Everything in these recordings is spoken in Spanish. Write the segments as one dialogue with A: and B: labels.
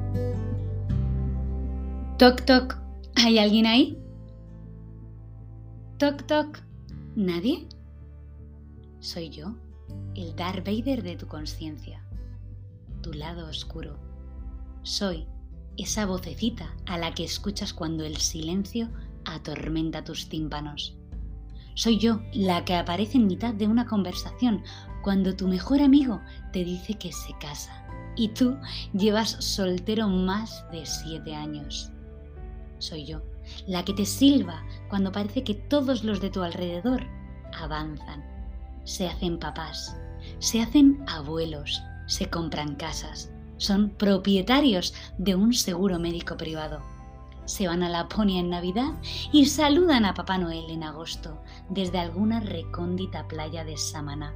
A: Toc, toc, ¿hay alguien ahí? Toc, toc, ¿nadie? Soy yo, el Darth Vader de tu conciencia, tu lado oscuro. Soy esa vocecita a la que escuchas cuando el silencio atormenta tus tímpanos. Soy yo la que aparece en mitad de una conversación cuando tu mejor amigo te dice que se casa y tú llevas soltero más de 7 años. Soy yo la que te silba cuando parece que todos los de tu alrededor avanzan, se hacen papás, se hacen abuelos, se compran casas, son propietarios de un seguro médico privado, se van a Laponia en Navidad y saludan a Papá Noel en agosto desde alguna recóndita playa de Samaná.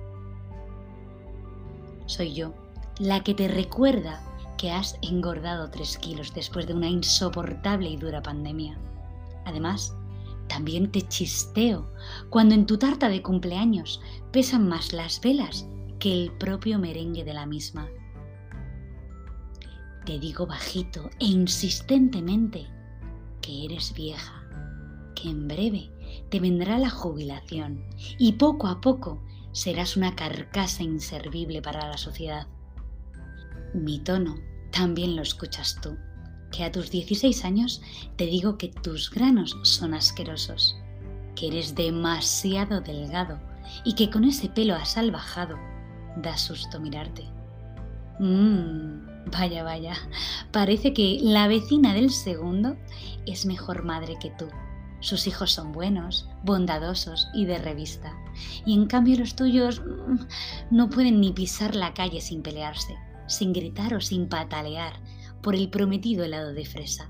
A: Soy yo la que te recuerda que has engordado 3 kilos después de una insoportable y dura pandemia. Además, también te chisteo cuando en tu tarta de cumpleaños pesan más las velas que el propio merengue de la misma. Te digo bajito e insistentemente que eres vieja, que en breve te vendrá la jubilación y poco a poco serás una carcasa inservible para la sociedad. Mi tono también lo escuchas tú, que a tus 16 años te digo que tus granos son asquerosos, que eres demasiado delgado y que con ese pelo asalvajado da susto mirarte. Vaya, vaya, parece que la vecina del segundo es mejor madre que tú. Sus hijos son buenos, bondadosos y de revista, y en cambio los tuyos no pueden ni pisar la calle sin pelearse, sin gritar o sin patalear por el prometido helado de fresa.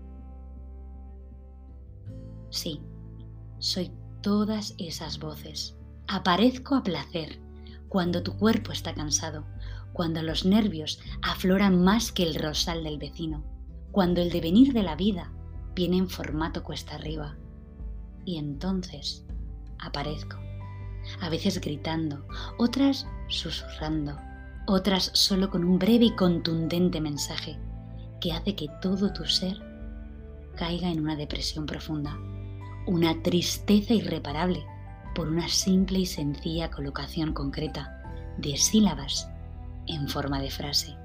A: Sí, soy todas esas voces. Aparezco a placer, cuando tu cuerpo está cansado, cuando los nervios afloran más que el rosal del vecino, cuando el devenir de la vida viene en formato cuesta arriba. Y entonces aparezco, a veces gritando, otras susurrando, otras solo con un breve y contundente mensaje que hace que todo tu ser caiga en una depresión profunda, una tristeza irreparable por una simple y sencilla colocación concreta de sílabas en forma de frase.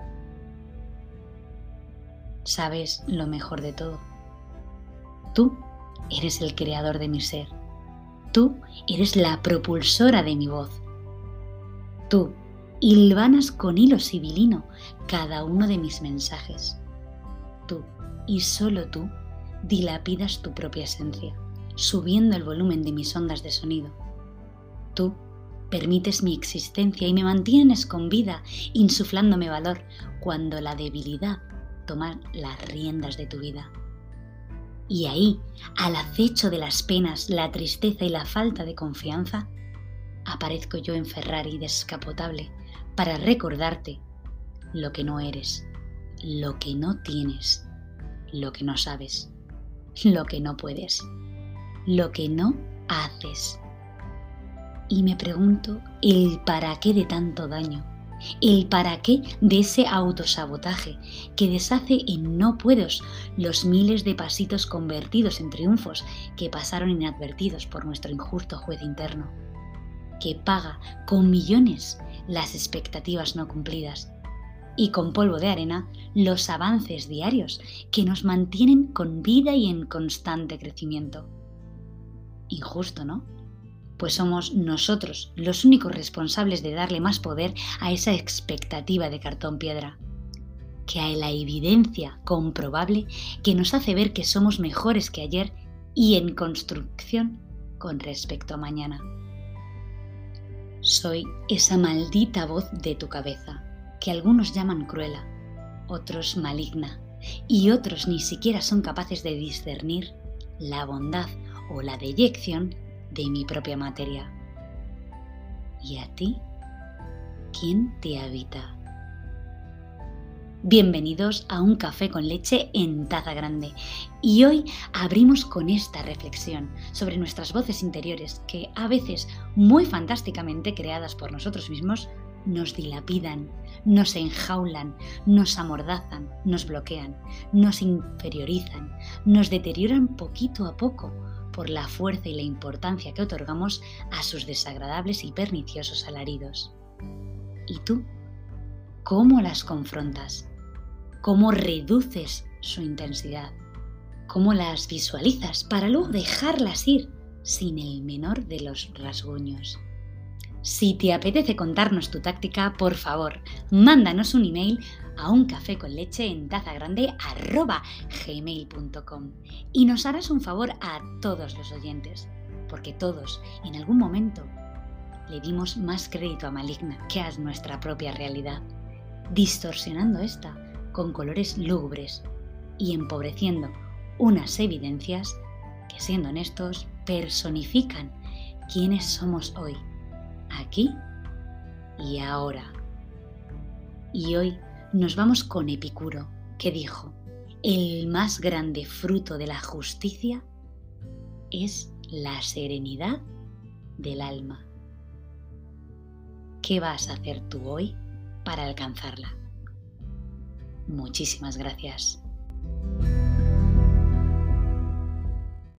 A: ¿Sabes lo mejor de todo? Tú eres el creador de mi ser. Tú eres la propulsora de mi voz. Tú hilvanas con hilo sibilino cada uno de mis mensajes. Tú, y solo tú, dilapidas tu propia esencia, subiendo el volumen de mis ondas de sonido. Tú permites mi existencia y me mantienes con vida, insuflándome valor cuando la debilidad toma las riendas de tu vida. Y ahí, al acecho de las penas, la tristeza y la falta de confianza, aparezco yo en Ferrari descapotable para recordarte lo que no eres, lo que no tienes, lo que no sabes, lo que no puedes, lo que no haces. Y me pregunto el para qué de tanto daño, el para qué de ese autosabotaje que deshace en no puedos los miles de pasitos convertidos en triunfos que pasaron inadvertidos por nuestro injusto juez interno, que paga con millones las expectativas no cumplidas y con polvo de arena los avances diarios que nos mantienen con vida y en constante crecimiento. Injusto, ¿no? Pues somos nosotros los únicos responsables de darle más poder a esa expectativa de cartón piedra, que a la evidencia comprobable que nos hace ver que somos mejores que ayer y en construcción con respecto a mañana. Soy esa maldita voz de tu cabeza, que algunos llaman cruela, otros maligna, y otros ni siquiera son capaces de discernir la bondad o la deyección de mi propia materia. ¿Y a ti? ¿Quién te habita? Bienvenidos a un café con leche en taza grande. Y hoy abrimos con esta reflexión sobre nuestras voces interiores que a veces muy fantásticamente creadas por nosotros mismos nos dilapidan, nos enjaulan, nos amordazan, nos bloquean, nos inferiorizan, nos deterioran poquito a poco por la fuerza y la importancia que otorgamos a sus desagradables y perniciosos alaridos. ¿Y tú? ¿Cómo las confrontas? ¿Cómo reduces su intensidad? ¿Cómo las visualizas para luego dejarlas ir sin el menor de los rasguños? Si te apetece contarnos tu táctica, por favor, mándanos un email a uncafeconleche@gmail.com y nos harás un favor a todos los oyentes, porque todos, en algún momento, le dimos más crédito a Maligna que a nuestra propia realidad, distorsionando esta con colores lúgubres y empobreciendo unas evidencias que, siendo honestos, personifican quiénes somos hoy, aquí y ahora. Y hoy nos vamos con Epicuro, que dijo: el más grande fruto de la justicia es la serenidad del alma. ¿Qué vas a hacer tú hoy para alcanzarla? Muchísimas gracias.